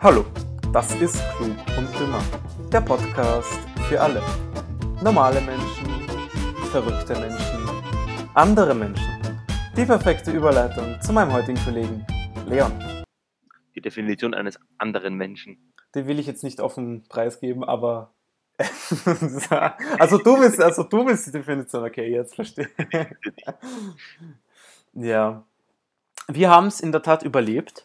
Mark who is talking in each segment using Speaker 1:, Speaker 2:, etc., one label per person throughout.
Speaker 1: Hallo, das ist Klug und Dümmer, der Podcast für alle. Normale Menschen, verrückte Menschen, andere Menschen. Die perfekte Überleitung zu meinem heutigen Kollegen Leon.
Speaker 2: Die Definition eines anderen Menschen.
Speaker 1: Die will ich jetzt nicht offen preisgeben, aber also du bist die Definition, okay, jetzt verstehe ich. Ja, wir haben es in der Tat überlebt.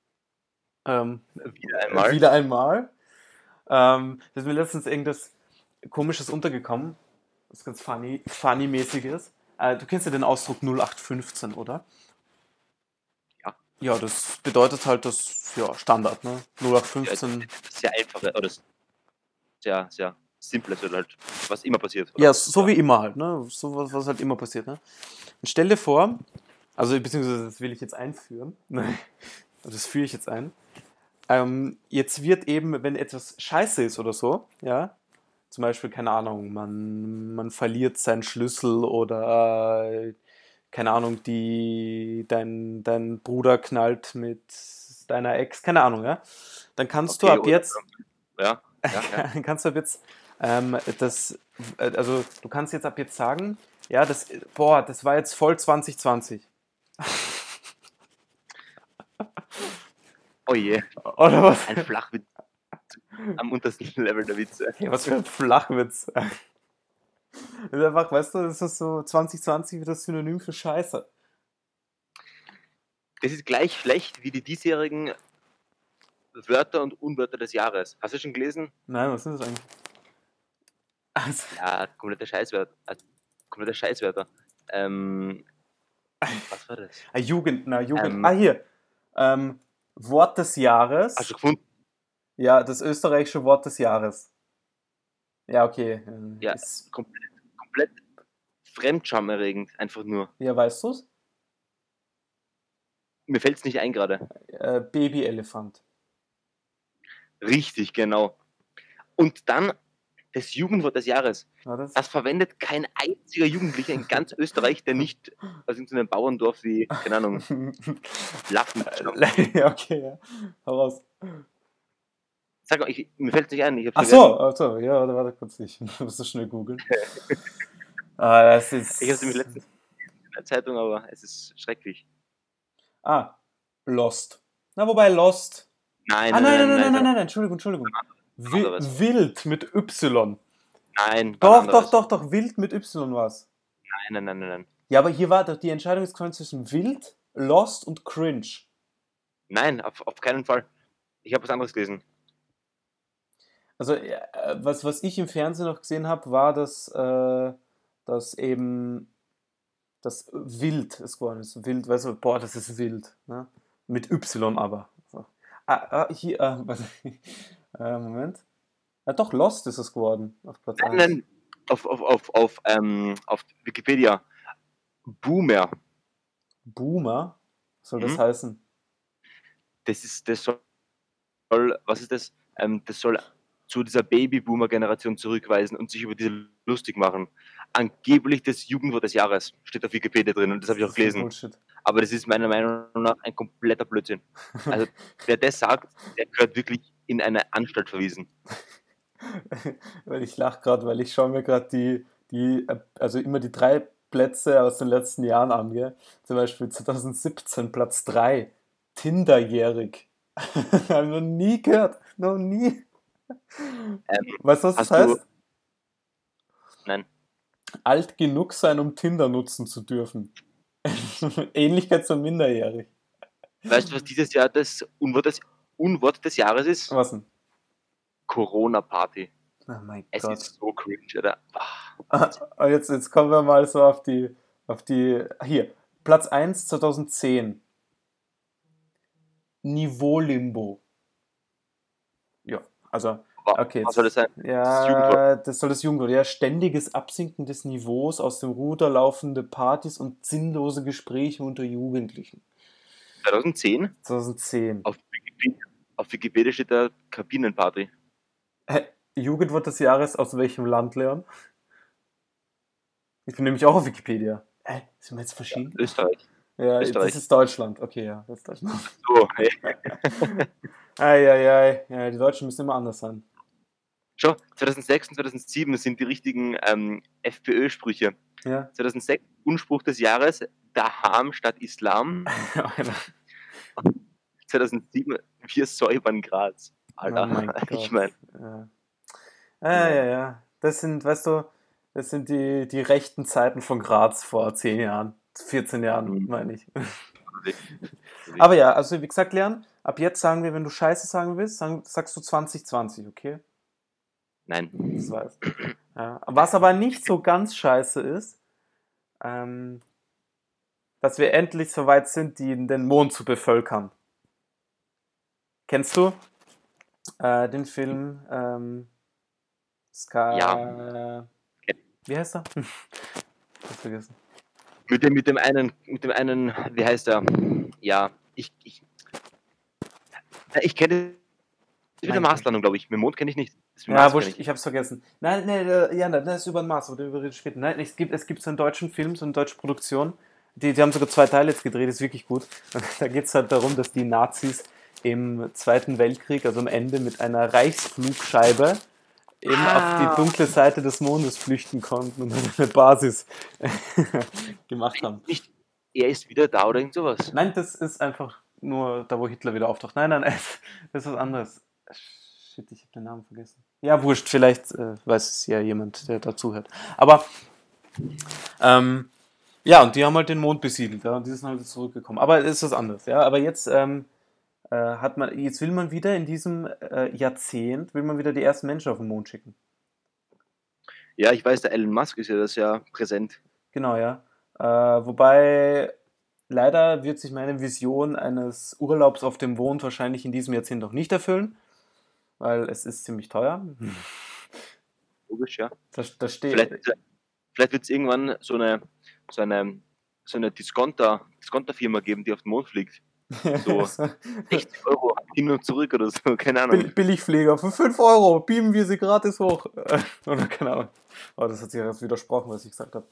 Speaker 1: Wieder einmal. Da ist mir letztens irgendwas Komisches untergekommen, was ganz funny-mäßig ist. Du kennst ja den Ausdruck 0815, oder?
Speaker 2: Ja.
Speaker 1: Ja, das bedeutet halt das Standard, ne? 0815.
Speaker 2: Ja, sehr einfache oder sehr, sehr simples oder halt, was immer passiert.
Speaker 1: Ja, so wie immer halt, ne? So was halt immer passiert, ne? Und stell dir vor, also beziehungsweise das will ich jetzt einführen. Das führe ich jetzt ein. Jetzt wird eben, wenn etwas scheiße ist oder so, ja, zum Beispiel, keine Ahnung, man verliert seinen Schlüssel oder, keine Ahnung, dein Bruder knallt mit deiner Ex, keine Ahnung, ja, dann kannst du ab jetzt,
Speaker 2: ja.
Speaker 1: dann kannst du ab jetzt, also du kannst jetzt ab jetzt sagen, ja, das war jetzt voll 2020.
Speaker 2: Oh je.
Speaker 1: Oder was?
Speaker 2: Ein Flachwitz. Am untersten Level der Witze.
Speaker 1: Ja, was für ein Flachwitz. Das ist einfach, weißt du, das ist so 2020 wie das Synonym für Scheiße.
Speaker 2: Das ist gleich schlecht wie die diesjährigen Wörter und Unwörter des Jahres. Hast du schon gelesen?
Speaker 1: Nein, was sind das eigentlich?
Speaker 2: Also, ja, komplette Scheißwörter. Was war das?
Speaker 1: Jugend. Hier. Wort des Jahres.
Speaker 2: Hast du gefunden?
Speaker 1: Ja, das österreichische Wort des Jahres. Ja, okay.
Speaker 2: Ja, ist komplett fremdschammerregend, einfach nur.
Speaker 1: Ja, weißt du's?
Speaker 2: Mir fällt's nicht ein gerade.
Speaker 1: Babyelefant.
Speaker 2: Richtig, genau. Und dann das Jugendwort des Jahres. Das verwendet kein einziger Jugendlicher in ganz Österreich, der nicht aus irgendeinem Bauerndorf wie, keine Ahnung, Laffen stammt.
Speaker 1: Ja, okay, ja. Hau raus.
Speaker 2: Sag mal, mir fällt es nicht ein.
Speaker 1: Ach so, ja, warte kurz, ich muss so schnell googeln.
Speaker 2: Ich habe es nämlich letztens in der Zeitung, aber es ist schrecklich.
Speaker 1: Lost. Na, wobei Lost.
Speaker 2: Nein,
Speaker 1: Entschuldigung. Wild mit Y.
Speaker 2: Nein.
Speaker 1: Doch, Wild mit Y war's.
Speaker 2: Nein.
Speaker 1: Ja, aber hier war doch die Entscheidung ist gefallen zwischen Wild, Lost und Cringe.
Speaker 2: Nein, auf keinen Fall. Ich habe was anderes gelesen.
Speaker 1: Also, was ich im Fernsehen noch gesehen habe, war, dass eben das Wild ist geworden ist. Wild, weißt du, das ist wild. Ne? Mit Y aber. So. Hier, Moment. Doch, Lost ist es geworden. Auf Platz 1.
Speaker 2: Nein, auf Wikipedia. Boomer.
Speaker 1: Boomer? Was soll das heißen?
Speaker 2: Das soll, was ist das? Das soll zu dieser Baby-Boomer-Generation zurückweisen und sich über diese lustig machen. Angeblich das Jugendwort des Jahres steht auf Wikipedia drin und das habe ich auch gelesen.
Speaker 1: Bullshit.
Speaker 2: Aber das ist meiner Meinung nach ein kompletter Blödsinn. Also wer das sagt, der gehört wirklich in eine Anstalt verwiesen.
Speaker 1: Weil ich lache gerade, weil ich schaue mir gerade also immer die 3 Plätze aus den letzten Jahren an, gell? Zum Beispiel 2017 Platz 3, Tinderjährig. Habe noch nie gehört, noch nie. Weißt du, was das heißt?
Speaker 2: Nein.
Speaker 1: Alt genug sein, um Tinder nutzen zu dürfen. Ähnlichkeit zum Minderjährig.
Speaker 2: Weißt du, was dieses Jahr das Unwort des Jahres ist?
Speaker 1: Was denn?
Speaker 2: Corona-Party.
Speaker 1: Oh mein
Speaker 2: Gott. Es ist so cringe, oder?
Speaker 1: Jetzt kommen wir mal so auf die. Hier, Platz 1 2010. Niveau-Limbo. Ja, also. Okay,
Speaker 2: was soll das sein?
Speaker 1: Ja, das soll das Jugendwort. Ja, ständiges Absinken des Niveaus, aus dem Ruder laufende Partys und sinnlose Gespräche unter Jugendlichen.
Speaker 2: 2010?
Speaker 1: 2010.
Speaker 2: Auf Wikipedia steht da Kabinenparty.
Speaker 1: Jugendwort des Jahres aus welchem Land, Leon? Ich bin nämlich auch auf Wikipedia. Sind wir jetzt verschieden?
Speaker 2: Ja, Österreich.
Speaker 1: Ja,
Speaker 2: Österreich.
Speaker 1: Das ist Deutschland. Okay, ja, das ist Deutschland.
Speaker 2: So, hey.
Speaker 1: Eieiei, ja, die Deutschen müssen immer anders sein.
Speaker 2: Schau, 2006 und 2007 das sind die richtigen FPÖ-Sprüche.
Speaker 1: Ja.
Speaker 2: 2006, Unspruch des Jahres, Daham statt Islam. 2007, wir säubern Graz.
Speaker 1: Oh mein
Speaker 2: Alter, ich
Speaker 1: Gott.
Speaker 2: meine,
Speaker 1: Ja. Ja, ja, ja. Das sind, weißt du, das sind die rechten Zeiten von Graz vor 10 Jahren, 14 Jahren, meine ich. Aber ja, also wie gesagt, Leon, ab jetzt sagen wir, wenn du Scheiße sagen willst, sagst du 2020, okay?
Speaker 2: nein.
Speaker 1: Das weiß. Ja. Was aber nicht so ganz scheiße ist, ähm, dass wir endlich so weit sind, den Mond zu bevölkern. Kennst du den Film
Speaker 2: Ja,
Speaker 1: Wie heißt er? Ich vergessen.
Speaker 2: mit dem einen, wie heißt er? Ja, ich kenne das mit der
Speaker 1: Mein Gott.
Speaker 2: Marslandung, glaube ich. Mit dem Mond kenne ich nicht. Das mit dem
Speaker 1: Ja,
Speaker 2: Mars kenne
Speaker 1: wurscht,
Speaker 2: ich.
Speaker 1: ich hab's vergessen. Nein, nein, ja, das ist über den Mars, aber darüber reden wir später. Nein, es gibt so einen deutschen Film, so eine deutsche Produktion. Die haben sogar 2 Teile jetzt gedreht, ist wirklich gut. Da geht es halt darum, dass die Nazis im Zweiten Weltkrieg, also am Ende, mit einer Reichsflugscheibe eben auf die dunkle Seite des Mondes flüchten konnten und eine Basis gemacht haben.
Speaker 2: Nicht, er ist wieder da oder irgend sowas.
Speaker 1: Nein, das ist einfach nur da, wo Hitler wieder auftaucht. Nein, nein, das ist was anderes. Shit, ich habe den Namen vergessen. Ja, wurscht, vielleicht weiß es ja jemand, der dazuhört. Aber, ja, und die haben halt den Mond besiedelt, ja, und die sind halt zurückgekommen. Aber es ist was anderes, ja. Aber jetzt jetzt will man wieder in diesem Jahrzehnt, will man wieder die ersten Menschen auf den Mond schicken.
Speaker 2: Ja, ich weiß, der Elon Musk ist ja das ja präsent.
Speaker 1: Genau, ja. Wobei leider wird sich meine Vision eines Urlaubs auf dem Mond wahrscheinlich in diesem Jahrzehnt noch nicht erfüllen, weil es ist ziemlich teuer.
Speaker 2: Logisch, ja.
Speaker 1: Da
Speaker 2: Vielleicht,
Speaker 1: steht.
Speaker 2: vielleicht wird es irgendwann so eine, so eine Discounter-Firma geben, die auf den Mond fliegt. So 60 Euro hin und zurück oder so, keine Ahnung.
Speaker 1: Billigflieger für 5 Euro, beamen wir sie gratis hoch. Oder keine Ahnung. Oh, das hat sich jetzt widersprochen, was ich gesagt habe.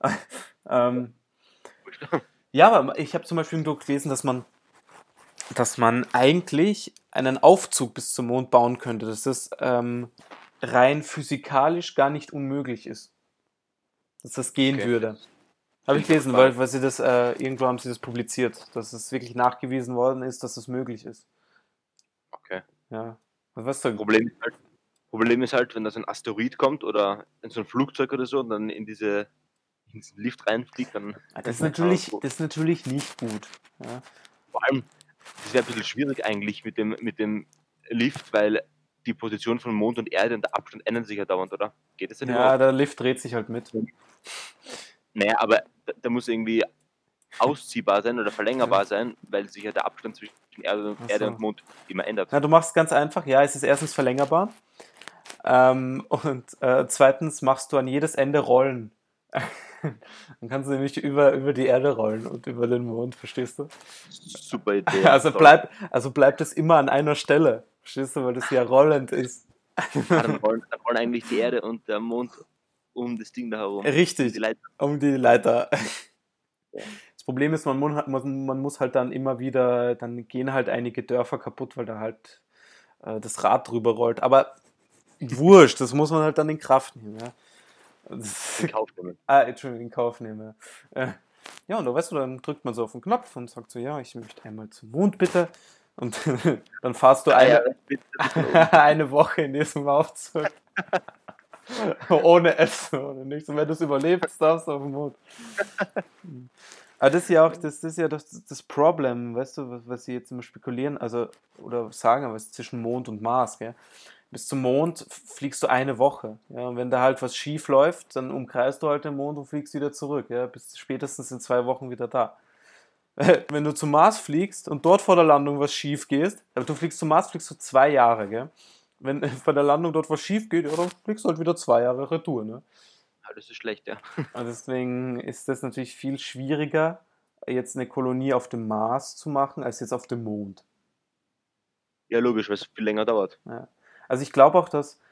Speaker 1: Ja, aber ich habe zum Beispiel im Doku gelesen, dass man eigentlich einen Aufzug bis zum Mond bauen könnte, dass das rein physikalisch gar nicht unmöglich ist. Dass das gehen
Speaker 2: Okay.
Speaker 1: würde. Habe ich gelesen, weil sie das, irgendwo haben sie das publiziert, dass es wirklich nachgewiesen worden ist, dass es möglich ist.
Speaker 2: Okay.
Speaker 1: Ja. Was du?
Speaker 2: Problem ist halt, wenn da so ein Asteroid kommt oder in so ein Flugzeug oder so und dann in diesen Lift reinfliegt, dann
Speaker 1: Das ist natürlich nicht gut. Ja.
Speaker 2: vor allem, das wäre ein bisschen schwierig eigentlich mit dem Lift, weil die Position von Mond und Erde und der Abstand ändern sich ja dauernd, oder? Geht das denn
Speaker 1: Ja,
Speaker 2: überhaupt?
Speaker 1: der Lift dreht sich halt mit.
Speaker 2: Naja, aber der muss irgendwie ausziehbar sein oder verlängerbar sein, weil sich ja der Abstand zwischen Erde
Speaker 1: Ach
Speaker 2: Erde
Speaker 1: so.
Speaker 2: und Mond immer ändert.
Speaker 1: Na, du machst es ganz einfach. Ja, es ist erstens verlängerbar. Und zweitens machst du an jedes Ende Rollen. Dann kannst du nämlich über die Erde rollen und über den Mond, verstehst du?
Speaker 2: Super Idee. Ja,
Speaker 1: Also
Speaker 2: toll.
Speaker 1: bleibt es immer an einer Stelle, verstehst du, weil das ja rollend ist.
Speaker 2: Dann rollen eigentlich die Erde und der Mond um das Ding da herum.
Speaker 1: Richtig,
Speaker 2: Die Leiter.
Speaker 1: um die Leiter. Das Problem ist, man muss halt dann immer wieder, dann gehen halt einige Dörfer kaputt, weil da halt das Rad drüber rollt. Aber wurscht, das muss man halt dann in Kraft nehmen. Ja.
Speaker 2: In Kauf nehmen.
Speaker 1: Entschuldigung, in Kauf nehmen. Ja, und da weißt du, dann drückt man so auf den Knopf und sagt so, ja, ich möchte einmal zum Mond bitte. Und dann fahrst du eine Woche in diesem Aufzug. Ohne Essen, ohne nichts. Und wenn du es überlebst, darfst du auf den Mond. Aber das ist ja auch das Problem, weißt du, was sie jetzt immer spekulieren, also, oder sagen, was zwischen Mond und Mars, gell? Bis zum Mond fliegst du eine Woche. Ja? Und wenn da halt was schief läuft, dann umkreist du halt den Mond und fliegst wieder zurück. Ja? Bist spätestens in 2 Wochen wieder da. Wenn du zum Mars fliegst und dort vor der Landung was schief geht, aber du fliegst zum Mars, fliegst du 2 Jahre, gell? Wenn bei der Landung dort was schief geht, ja, dann fliegst du halt wieder 2 Jahre Retour, ne?
Speaker 2: Das ist schlecht, ja.
Speaker 1: Und deswegen ist das natürlich viel schwieriger, jetzt eine Kolonie auf dem Mars zu machen, als jetzt auf dem Mond.
Speaker 2: Ja, logisch, weil es viel länger dauert.
Speaker 1: Ja. Also ich glaube auch,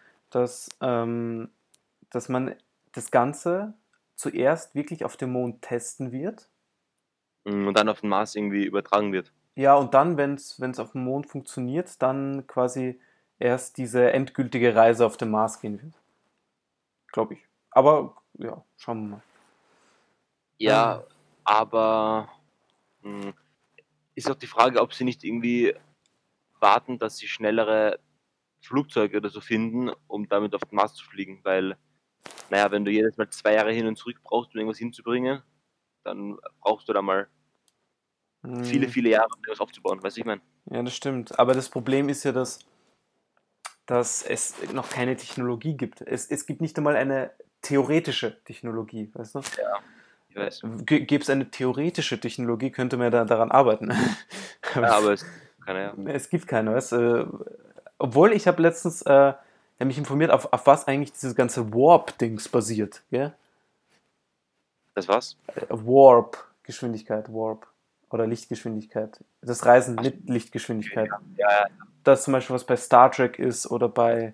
Speaker 1: dass man das Ganze zuerst wirklich auf dem Mond testen wird.
Speaker 2: Und dann auf den Mars irgendwie übertragen wird.
Speaker 1: Ja, und dann, wenn es auf dem Mond funktioniert, dann quasi erst diese endgültige Reise auf den Mars gehen wird. Glaube ich. Aber ja, schauen wir mal. Ah,
Speaker 2: Ja, aber mh, ist auch die Frage, ob sie nicht irgendwie warten, dass sie schnellere Flugzeuge oder so finden, um damit auf den Mars zu fliegen. Weil, naja, wenn du jedes Mal 2 Jahre hin und zurück brauchst, um irgendwas hinzubringen, dann brauchst du da mal viele,
Speaker 1: hm,
Speaker 2: viele Jahre, um irgendwas aufzubauen. Weißt du, ich meine?
Speaker 1: ja, das stimmt. Aber das Problem ist ja, dass es noch keine Technologie gibt. Es gibt nicht einmal eine theoretische Technologie, weißt du?
Speaker 2: Ja, ich weiß.
Speaker 1: Gäbe es eine theoretische Technologie, könnte man ja daran arbeiten. Aber
Speaker 2: Ja, aber es kann ja.
Speaker 1: es gibt keine, weißt du? Obwohl ich habe letztens mich informiert, auf was eigentlich dieses ganze Warp-Dings basiert. Gell?
Speaker 2: Das war's.
Speaker 1: Warp-Geschwindigkeit, Warp oder Lichtgeschwindigkeit. Das Reisen
Speaker 2: Ach,
Speaker 1: mit Lichtgeschwindigkeit.
Speaker 2: ja, ja,
Speaker 1: Das zum Beispiel was bei Star Trek ist oder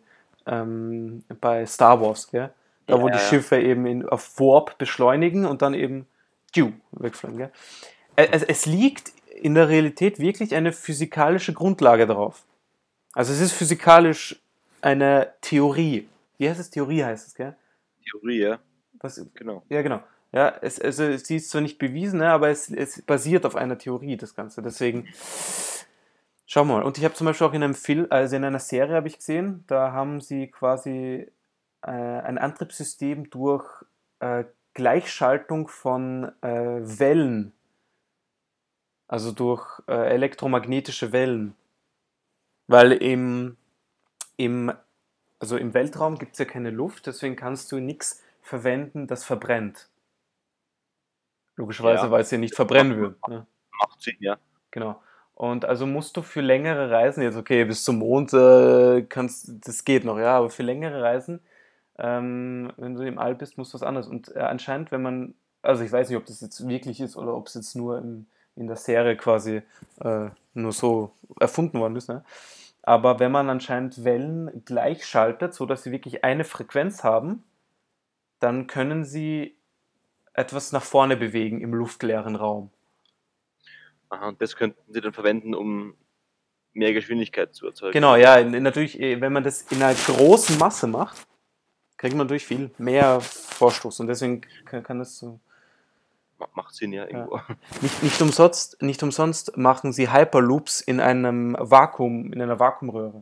Speaker 1: bei Star Wars, gell?
Speaker 2: ja,
Speaker 1: Da wo die
Speaker 2: ja, ja.
Speaker 1: Schiffe eben auf Warp beschleunigen und dann eben wegfliegen. Gell? Es liegt in der Realität wirklich eine physikalische Grundlage darauf. Also es ist physikalisch eine Theorie. Wie heißt es? Theorie heißt es, gell?
Speaker 2: Theorie, ja.
Speaker 1: Was,
Speaker 2: Genau.
Speaker 1: ja, genau. Ja, sie ist zwar nicht bewiesen, ne, aber es basiert auf einer Theorie, das Ganze. Deswegen, schau mal. Und ich habe zum Beispiel auch in einem Film, also in einer Serie habe ich gesehen, da haben sie quasi ein Antriebssystem durch Gleichschaltung von Wellen, also durch elektromagnetische Wellen. Weil im, also im Weltraum gibt es ja keine Luft, deswegen kannst du nichts verwenden, das verbrennt. Logischerweise,
Speaker 2: Ja,
Speaker 1: weil es ja nicht
Speaker 2: macht,
Speaker 1: verbrennen wird. Ne?
Speaker 2: macht Sinn, ja.
Speaker 1: Genau. Und also musst du für längere Reisen, jetzt okay, bis zum Mond das geht noch, ja, aber für längere Reisen, wenn du im All bist, musst du was anderes. Und anscheinend, wenn man, also ich weiß nicht, ob das jetzt wirklich ist oder ob es jetzt nur in der Serie quasi nur so erfunden worden ist, ne? Aber wenn man anscheinend Wellen gleichschaltet, so dass sie wirklich eine Frequenz haben, dann können sie etwas nach vorne bewegen im luftleeren Raum.
Speaker 2: Aha, und das könnten sie dann verwenden, um mehr Geschwindigkeit zu erzeugen,
Speaker 1: Genau,
Speaker 2: oder?
Speaker 1: ja, natürlich, wenn man das in einer großen Masse macht, kriegt man natürlich viel mehr Vorstoß und deswegen kann das so.
Speaker 2: Macht Sinn, ja,
Speaker 1: Ja.
Speaker 2: irgendwo.
Speaker 1: Nicht umsonst machen sie Hyperloops in einem Vakuum, in einer Vakuumröhre.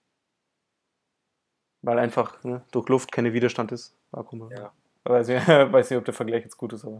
Speaker 1: Weil einfach durch Luft kein Widerstand ist. Vakuumröhre.
Speaker 2: Ja.
Speaker 1: Weiß nicht, ob der Vergleich jetzt gut ist, aber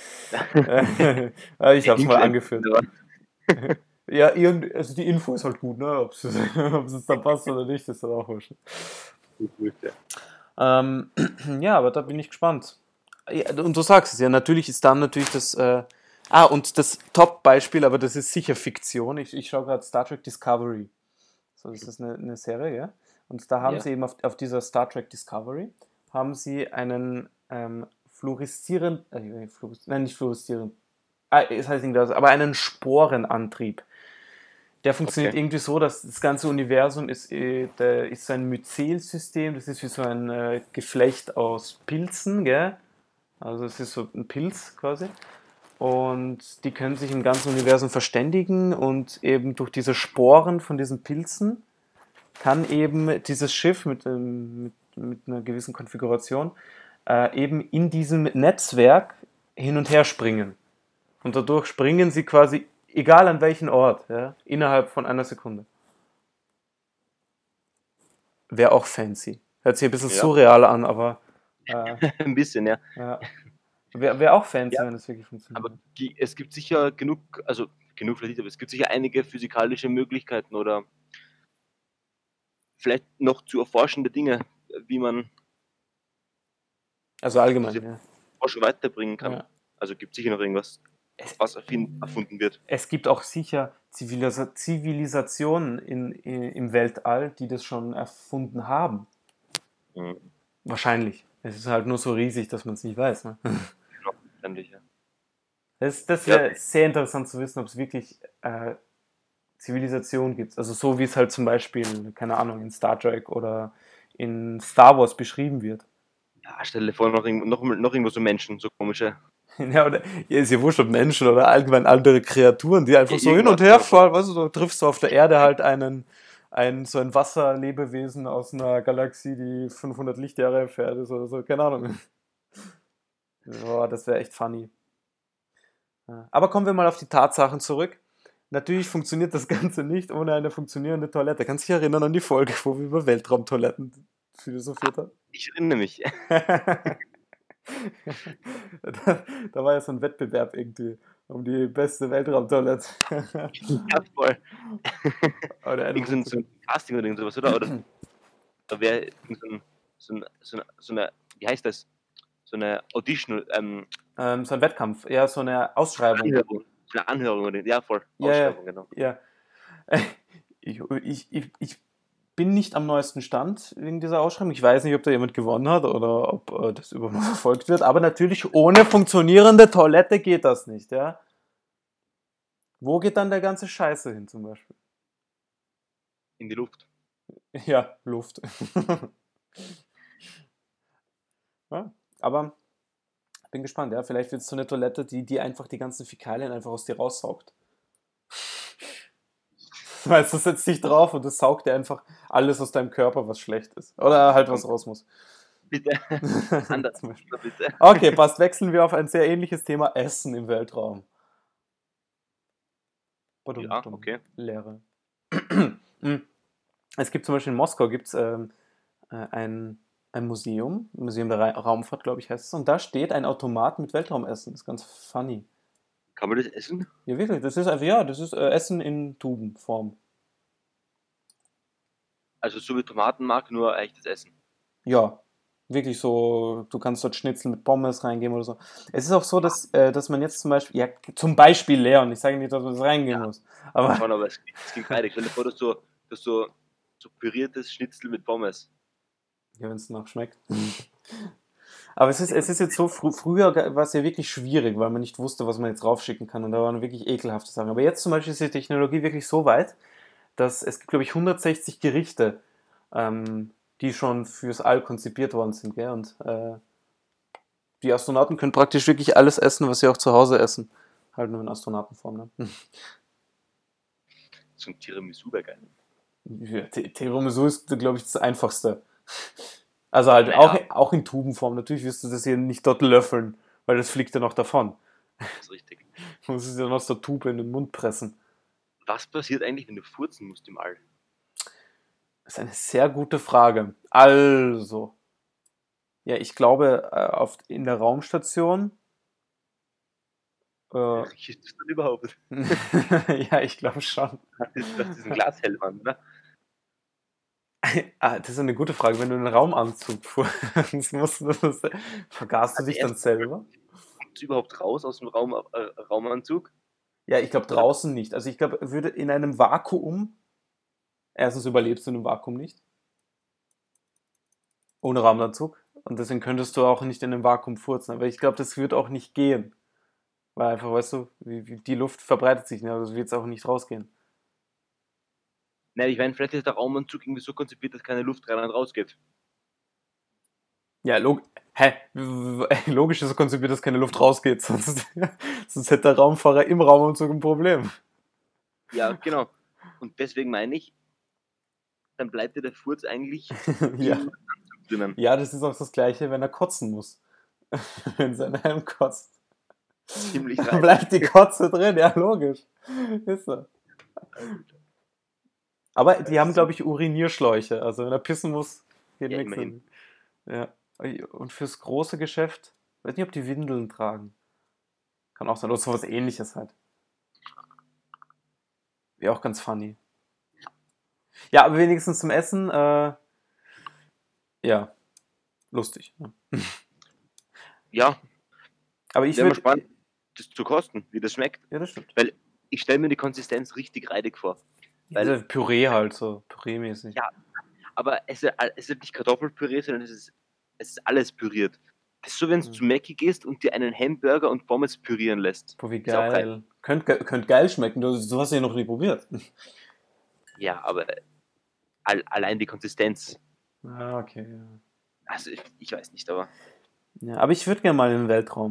Speaker 1: ich habe es mal
Speaker 2: Hinschleppen,
Speaker 1: angeführt.
Speaker 2: aber
Speaker 1: Ja, also die Info ist halt gut, ne? Ob es jetzt dann passt oder nicht, ist dann auch wurscht.
Speaker 2: gut, ja.
Speaker 1: Ähm, ja, aber da bin ich gespannt. Ja, und du sagst es ja, natürlich ist dann natürlich das. Und das Top-Beispiel, aber das ist sicher Fiktion. Ich schaue gerade Star Trek Discovery. So, das ist eine Serie, ja. Und da haben
Speaker 2: Ja,
Speaker 1: sie eben auf dieser Star Trek Discovery haben sie einen fluoreszierend, nein, nicht fluoreszierend, es heißt nicht das, aber einen Sporenantrieb. Der funktioniert
Speaker 2: okay.
Speaker 1: irgendwie so, dass das ganze Universum ist so ein Myzelsystem, das ist wie so ein Geflecht aus Pilzen, gell? Also es ist so ein Pilz quasi. Und die können sich im ganzen Universum verständigen und eben durch diese Sporen von diesen Pilzen kann eben dieses Schiff mit einer gewissen Konfiguration eben in diesem Netzwerk hin und her springen. Und dadurch springen sie quasi, egal an welchen Ort, ja, innerhalb von einer Sekunde. Wäre auch fancy. Hört sich ein bisschen
Speaker 2: Ja,
Speaker 1: surreal an, aber äh,
Speaker 2: ein bisschen, ja.
Speaker 1: ja. Wäre auch fancy,
Speaker 2: Ja,
Speaker 1: wenn das wirklich
Speaker 2: aber
Speaker 1: funktioniert.
Speaker 2: es gibt sicher genug, also genug vielleicht nicht, aber es gibt sicher einige physikalische Möglichkeiten oder vielleicht noch zu erforschende Dinge, wie man
Speaker 1: Also allgemein,
Speaker 2: diese
Speaker 1: ja.
Speaker 2: Forschung weiterbringen kann.
Speaker 1: Ja.
Speaker 2: Also gibt sicher noch irgendwas,
Speaker 1: Es,
Speaker 2: was erfunden wird.
Speaker 1: es gibt auch sicher Zivilisationen im Weltall, die das schon erfunden haben.
Speaker 2: Mhm.
Speaker 1: Wahrscheinlich. Es ist halt nur so riesig, dass man es nicht weiß. Ne?
Speaker 2: Genau, wahrscheinlich, ja.
Speaker 1: Das
Speaker 2: Ja,
Speaker 1: wäre sehr interessant zu wissen, ob es wirklich Zivilisation gibt. Also so wie es halt zum Beispiel, keine Ahnung, in Star Trek oder in Star Wars beschrieben wird.
Speaker 2: ja, stell dir vor, noch irgendwo so Menschen, so komische.
Speaker 1: Ja, oder ja, ist ja wurscht, ob Menschen oder allgemein andere Kreaturen, die einfach so hin und
Speaker 2: Irgendwas,
Speaker 1: her
Speaker 2: ja.
Speaker 1: fahren, weißt du, du triffst du auf der Erde halt so ein Wasserlebewesen aus einer Galaxie, die 500 Lichtjahre entfernt ist oder so, keine Ahnung. Boah, das wäre echt funny. Ja. Aber kommen wir mal auf die Tatsachen zurück. Natürlich funktioniert das Ganze nicht ohne eine funktionierende Toilette. Kannst du dich erinnern an die Folge, wo wir über Weltraumtoiletten philosophiert haben?
Speaker 2: Ich erinnere mich.
Speaker 1: Da war ja so ein Wettbewerb irgendwie um die beste Weltraumtoilette.
Speaker 2: Ja, voll.
Speaker 1: Oder eine
Speaker 2: Irgend so ein Casting oder irgend sowas, oder? Oder da wäre irgend so eine, wie heißt das? So eine Audition,
Speaker 1: so ein Wettkampf, ja, so eine Ausschreibung.
Speaker 2: Anhörung. So eine Anhörung, oder? Ja, voll.
Speaker 1: Ja, ja,
Speaker 2: Ausschreibung, genau.
Speaker 1: ja. Ich bin nicht am neuesten Stand wegen dieser Ausschreibung. Ich weiß nicht, ob da jemand gewonnen hat oder ob das überhaupt noch verfolgt wird. Aber natürlich ohne funktionierende Toilette geht das nicht, ja. Wo geht dann der ganze Scheiße hin zum Beispiel?
Speaker 2: In die Luft.
Speaker 1: Ja, Luft. Ja, aber bin gespannt, ja. Vielleicht wird es so eine Toilette, die einfach die ganzen Fäkalien einfach aus dir raussaugt. Weißt du, setzt dich drauf und das saugt dir einfach alles aus deinem Körper, was schlecht ist. Oder halt was raus muss.
Speaker 2: Bitte. Anders.
Speaker 1: Zum Beispiel.
Speaker 2: Bitte.
Speaker 1: Okay, passt. Wechseln wir auf ein sehr ähnliches Thema: Essen im Weltraum. Badum,
Speaker 2: Ja,
Speaker 1: badum.
Speaker 2: okay.
Speaker 1: Leere. Es gibt zum Beispiel in Moskau gibt's, ein Museum, Museum der Raumfahrt, glaube ich, heißt es. Und da steht ein Automat mit Weltraumessen. Das ist ganz funny.
Speaker 2: Kann man das essen?
Speaker 1: Ja, wirklich. Das ist einfach, ja, das ist Essen in Tubenform.
Speaker 2: Also so wie Tomatenmark, nur echtes Essen.
Speaker 1: Ja, wirklich so, du kannst dort Schnitzel mit Pommes reingeben oder so. Es ist auch so, dass man jetzt zum Beispiel, ja, zum Beispiel Leon, ich sage nicht, dass man das reingehen muss, aber
Speaker 2: Schon, aber es klingt reidig. Stell dir vor, dass so püriertes Schnitzel mit Pommes.
Speaker 1: ja, wenn es noch schmeckt. Aber es ist jetzt so, früher war es ja wirklich schwierig, weil man nicht wusste, was man jetzt raufschicken kann und da waren wirklich ekelhafte Sachen. Aber jetzt zum Beispiel ist die Technologie wirklich so weit, dass es gibt, glaube ich, 160 Gerichte, die schon fürs All konzipiert worden sind, gell? Und die Astronauten können praktisch wirklich alles essen, was sie auch zu Hause essen. Halt nur in Astronautenform, ne?
Speaker 2: So ein Tiramisu wäre geil.
Speaker 1: Ja, Tiramisu ist, glaube ich, das Einfachste. Also halt
Speaker 2: Naja,
Speaker 1: auch in Tubenform. Natürlich wirst du das hier nicht dort löffeln, weil das fliegt ja noch davon.
Speaker 2: das ist richtig.
Speaker 1: Du musst es ja noch aus der Tube in den Mund pressen.
Speaker 2: Was passiert eigentlich, wenn du furzen musst im All?
Speaker 1: Das ist eine sehr gute Frage. Also, ja, ich glaube, in der Raumstation.
Speaker 2: Riechst du das dann überhaupt?
Speaker 1: Ja, ich glaube schon.
Speaker 2: Das ist ein Glashelm an, ne?
Speaker 1: Das ist eine gute Frage. Wenn du einen Raumanzug vergaßt du
Speaker 2: Also
Speaker 1: dich dann
Speaker 2: erst
Speaker 1: selber?
Speaker 2: kommst du überhaupt raus aus dem Raumanzug?
Speaker 1: Ja, ich glaube
Speaker 2: Oder
Speaker 1: draußen nicht. Also ich glaube, würde in einem Vakuum, erstens überlebst du in einem Vakuum nicht, ohne Raumanzug. Und deswegen könntest du auch nicht in einem Vakuum furzen. Aber ich glaube, das wird auch nicht gehen. Weil einfach, weißt du, wie die Luft verbreitet sich, ne? Also wird es auch nicht rausgehen.
Speaker 2: nein, ich meine, vielleicht ist der Raumanzug irgendwie so konzipiert, dass keine Luft rein und raus geht.
Speaker 1: Ja, logisch ist es konzipiert, dass keine Luft rausgeht. Sonst hätte der Raumfahrer im Raumanzug ein Problem.
Speaker 2: Ja, genau. Und deswegen meine ich, dann bleibt dir der Furz eigentlich
Speaker 1: Ja.
Speaker 2: im Anzug drinnen.
Speaker 1: Ja, das ist auch das Gleiche, wenn er kotzen muss. Wenn sein Helm kotzt.
Speaker 2: Ziemlich
Speaker 1: Dann
Speaker 2: rein.
Speaker 1: bleibt die Kotze drin, ja, logisch. Ist so. Aber die haben, glaube ich, Urinierschläuche. Also wenn er pissen muss, geht
Speaker 2: Ja,
Speaker 1: nichts
Speaker 2: immerhin.
Speaker 1: hin. Ja. Und fürs große Geschäft, weiß nicht, ob die Windeln tragen. Kann auch sein, oder sowas ähnliches halt. Wäre auch ganz funny. Ja, aber wenigstens zum Essen, ja, lustig. Ja.
Speaker 2: Ja,
Speaker 1: Aber ich
Speaker 2: wäre mal
Speaker 1: würde,
Speaker 2: spannend, das zu kosten, wie das schmeckt.
Speaker 1: ja, das stimmt.
Speaker 2: Weil ich stelle mir die Konsistenz richtig reidig vor.
Speaker 1: Ja,
Speaker 2: Weil,
Speaker 1: so Püree halt, so Püree-mäßig.
Speaker 2: ja, aber es ist nicht Kartoffelpüree, sondern es ist alles püriert. Das ist so, wenn du
Speaker 1: Hm.
Speaker 2: zu Mackie gehst und dir einen Hamburger und Pommes pürieren lässt.
Speaker 1: Boah, wie
Speaker 2: Ist auch geil.
Speaker 1: geil. Könnt geil schmecken, du hast ja noch nie probiert.
Speaker 2: Ja, aber allein die Konsistenz.
Speaker 1: Ah, okay, ja.
Speaker 2: Also ich weiß nicht, aber
Speaker 1: Ja, aber ich würde gerne mal in den Weltraum.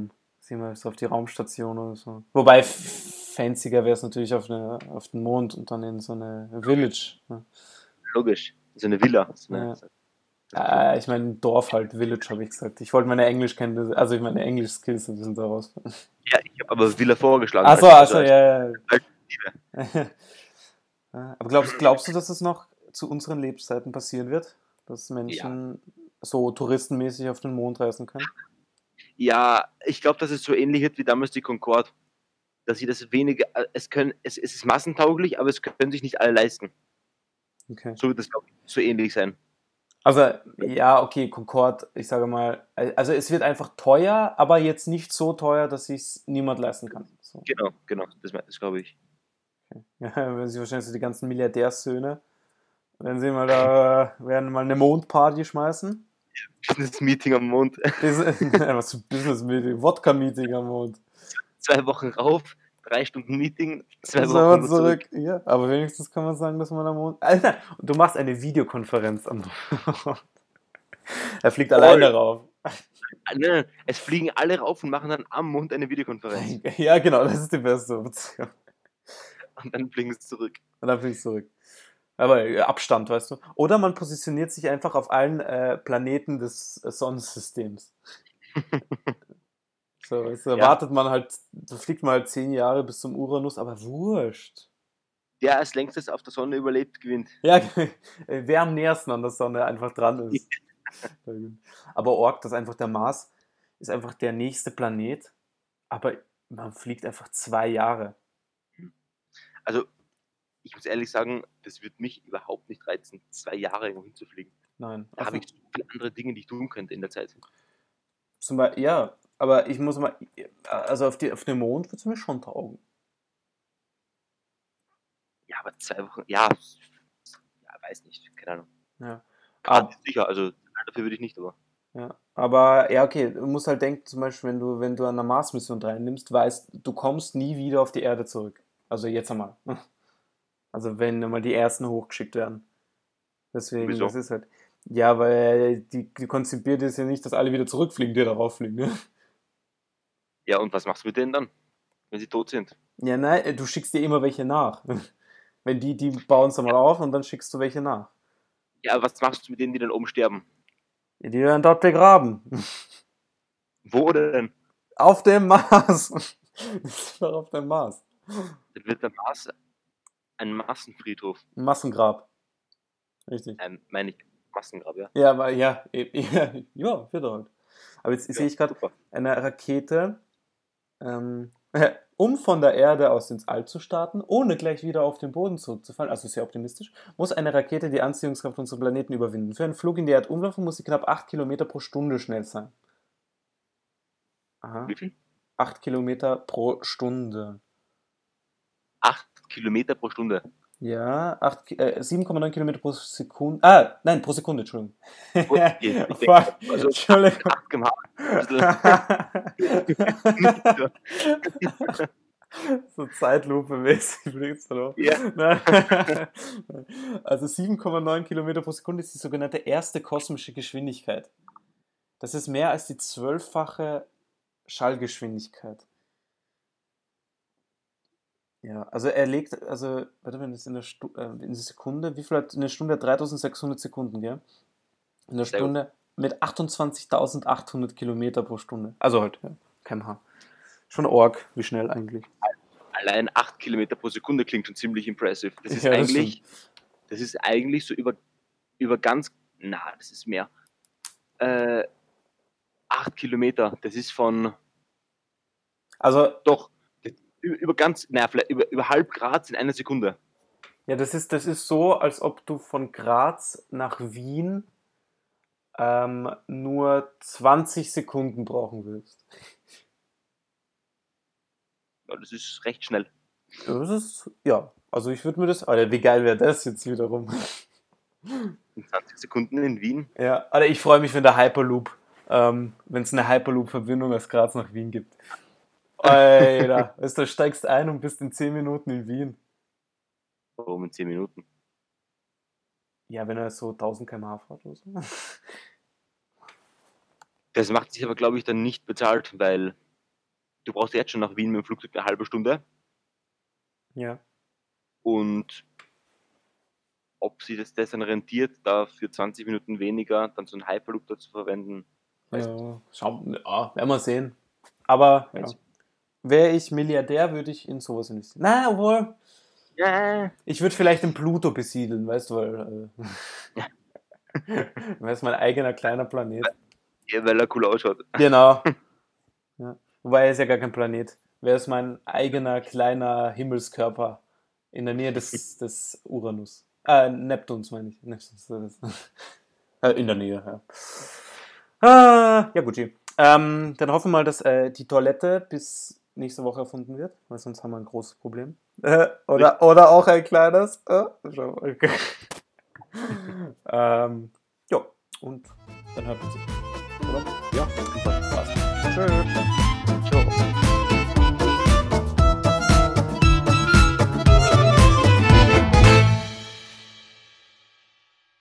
Speaker 1: Sehen wir so auf die Raumstation oder so. Wobei fancier wäre es natürlich auf den Mond und dann in so eine Village. Ne?
Speaker 2: Logisch. So eine Villa.
Speaker 1: Ja.
Speaker 2: So eine,
Speaker 1: Ich meine, Dorf halt, Village, habe ich gesagt. Ich wollte meine Englischkenntnisse, also ich meine Englisch-Skills ein bisschen daraus.
Speaker 2: ja, ich habe aber Villa vorgeschlagen.
Speaker 1: Achso, ja, ja.
Speaker 2: Alternative.
Speaker 1: Ja. Aber glaubst du, dass es noch zu unseren Lebzeiten passieren wird? Dass
Speaker 2: Ja.
Speaker 1: Menschen so touristenmäßig auf den Mond reisen können?
Speaker 2: Ja, ich glaube, dass es so ähnlich wird wie damals die Concorde. Dass sie das weniger, es ist massentauglich, aber es können sich nicht alle leisten.
Speaker 1: Okay.
Speaker 2: So wird das, glaube ich, so ähnlich sein.
Speaker 1: Also, ja, okay, Concorde, ich sage mal, also es wird einfach teuer, aber jetzt nicht so teuer, dass sich niemand leisten kann. So.
Speaker 2: Genau, das glaube ich.
Speaker 1: Okay. Ja, wenn sie wahrscheinlich so die ganzen Milliardärssöhne, wenn sie mal da werden mal eine Mondparty schmeißen.
Speaker 2: Business Meeting am Mond.
Speaker 1: Was für Business Meeting, Wodka-Meeting am Mond.
Speaker 2: 2 Wochen rauf, 3 Stunden Meeting, 2
Speaker 1: Sollen wir
Speaker 2: Wochen zurück.
Speaker 1: Ja, aber wenigstens kann man sagen, dass man am Mond. Alter, und du machst eine Videokonferenz am Mond. Er fliegt alleine rauf.
Speaker 2: Nein, es fliegen alle rauf und machen dann am Mond eine Videokonferenz.
Speaker 1: Ja, genau, das ist die beste Option.
Speaker 2: Und dann fliegen sie zurück.
Speaker 1: Und dann fliegst du zurück. Aber Abstand, weißt du. Oder man positioniert sich einfach auf allen Planeten des Sonnensystems. So, weißt du, da
Speaker 2: Ja.
Speaker 1: wartet man halt, da fliegt man halt 10 Jahre bis zum Uranus, aber wurscht.
Speaker 2: Der als längstes auf der Sonne überlebt, gewinnt.
Speaker 1: Ja, wer am nähersten an der Sonne einfach dran ist. Aber Ork, das ist einfach der Mars, ist einfach der nächste Planet, aber man fliegt einfach 2 Jahre.
Speaker 2: Also, ich muss ehrlich sagen, das wird mich überhaupt nicht reizen, 2 Jahre irgendwo hinzufliegen.
Speaker 1: Nein.
Speaker 2: Da habe ich so viele andere Dinge, die ich tun könnte in der Zeit.
Speaker 1: Zum Beispiel, ja, aber ich muss mal, also auf den Mond wird es mir schon taugen.
Speaker 2: Ja, aber 2 Wochen, ja, weiß nicht, keine Ahnung.
Speaker 1: Ja.
Speaker 2: Grad sicher, also dafür würde ich nicht, aber.
Speaker 1: Ja, aber ja, okay, du musst halt denken, zum Beispiel, wenn du an einer Mars-Mission teilnimmst, weißt, du kommst nie wieder auf die Erde zurück. Also jetzt einmal. Also wenn mal die ersten hochgeschickt werden. Deswegen,
Speaker 2: Wieso?
Speaker 1: das ist halt. Ja, weil die konzipiert ist ja nicht, dass alle wieder zurückfliegen, die darauf fliegen. Ne?
Speaker 2: Ja, und was machst du mit denen dann, wenn sie tot sind?
Speaker 1: Ja, nein, du schickst dir immer welche nach. Wenn die bauen es einmal auf und dann schickst du welche nach.
Speaker 2: Ja, was machst du mit denen, die dann oben sterben?
Speaker 1: Ja, die werden dort begraben.
Speaker 2: Wo denn?
Speaker 1: Auf dem Mars. Das ist doch auf dem Mars.
Speaker 2: Dann wird der Mars ein Massenfriedhof.
Speaker 1: Ein Massengrab. Richtig.
Speaker 2: Meine ich, Massengrab, ja.
Speaker 1: Ja, aber ja, ja, wird halt. Aber jetzt sehe ich gerade
Speaker 2: Super.
Speaker 1: eine Rakete, um von der Erde aus ins All zu starten, ohne gleich wieder auf den Boden zurückzufallen, also sehr optimistisch, muss eine Rakete die Anziehungskraft unseres Planeten überwinden. Für einen Flug in die Erdumlaufung muss sie knapp 8 Kilometer pro Stunde schnell sein. Aha.
Speaker 2: Wie viel?
Speaker 1: 8 Kilometer pro Stunde.
Speaker 2: 8 Kilometer pro Stunde.
Speaker 1: Ja, 7,9 Kilometer pro Sekunde. Ah, nein, pro Sekunde, Entschuldigung.
Speaker 2: Okay, ich
Speaker 1: Fuck,
Speaker 2: denke, also
Speaker 1: Entschuldigung.
Speaker 2: 8 km/h.
Speaker 1: So Zeitlupe-mäßig fliegst du noch.
Speaker 2: Ja.
Speaker 1: Also 7,9 Kilometer pro Sekunde ist die sogenannte erste kosmische Geschwindigkeit. Das ist mehr als die 12-fache Schallgeschwindigkeit. Ja, also er legt, also, warte, wenn es in der Sekunde, wie viel hat eine Stunde? 3600 Sekunden, gell? In der
Speaker 2: Sehr gut.
Speaker 1: Stunde mit 28.800 Kilometer pro Stunde. Also halt, ja, km/h. Schon arg, wie schnell eigentlich.
Speaker 2: Allein 8 Kilometer pro Sekunde klingt schon ziemlich impressive. Das ist
Speaker 1: Ja, das
Speaker 2: eigentlich so über ganz, das ist mehr. 8 Kilometer, das ist von,
Speaker 1: Also,
Speaker 2: doch, vielleicht über halb Grad in einer Sekunde.
Speaker 1: ja, das ist so, als ob du von Graz nach Wien nur 20 Sekunden brauchen willst.
Speaker 2: Ja, das ist recht schnell.
Speaker 1: Das ist, ja, also ich würde mir das, Alter, wie geil wäre das jetzt wiederum?
Speaker 2: In 20 Sekunden in Wien.
Speaker 1: Ja, Alter, ich freue mich, wenn der Hyperloop, wenn es eine Hyperloop-Verbindung aus Graz nach Wien gibt. Alter, weißt du, steigst ein und bist in 10 Minuten in Wien.
Speaker 2: Warum in 10 Minuten?
Speaker 1: Ja, wenn er so 1000 km/h fährt oder so.
Speaker 2: Das macht sich aber, glaube ich, dann nicht bezahlt, weil du brauchst jetzt schon nach Wien mit dem Flugzeug eine halbe Stunde.
Speaker 1: Ja.
Speaker 2: Und ob sich das dann rentiert, da für 20 Minuten weniger dann so einen Hyperloop da zu verwenden, weiß nicht.
Speaker 1: Werden wir sehen. Aber ja.
Speaker 2: Weiß ich.
Speaker 1: Wäre ich Milliardär, würde ich in sowas investieren. Na, obwohl,
Speaker 2: Ja,
Speaker 1: ich würde vielleicht den Pluto besiedeln, weißt du, weil ist mein eigener kleiner Planet.
Speaker 2: weil er cool ausschaut.
Speaker 1: Genau. Ja. Wobei er ist ja gar kein Planet. Wäre es mein eigener kleiner Himmelskörper in der Nähe des Uranus. Neptuns meine ich. Neptuns, in der Nähe, ja. Ja, Gucci. Dann hoffen wir mal, dass die Toilette bis nächste Woche erfunden wird, weil sonst haben wir ein großes Problem. Oder auch ein kleines. Okay. Ja, und dann hört man sich. Oder?
Speaker 2: Ja, super.
Speaker 1: Tschüss.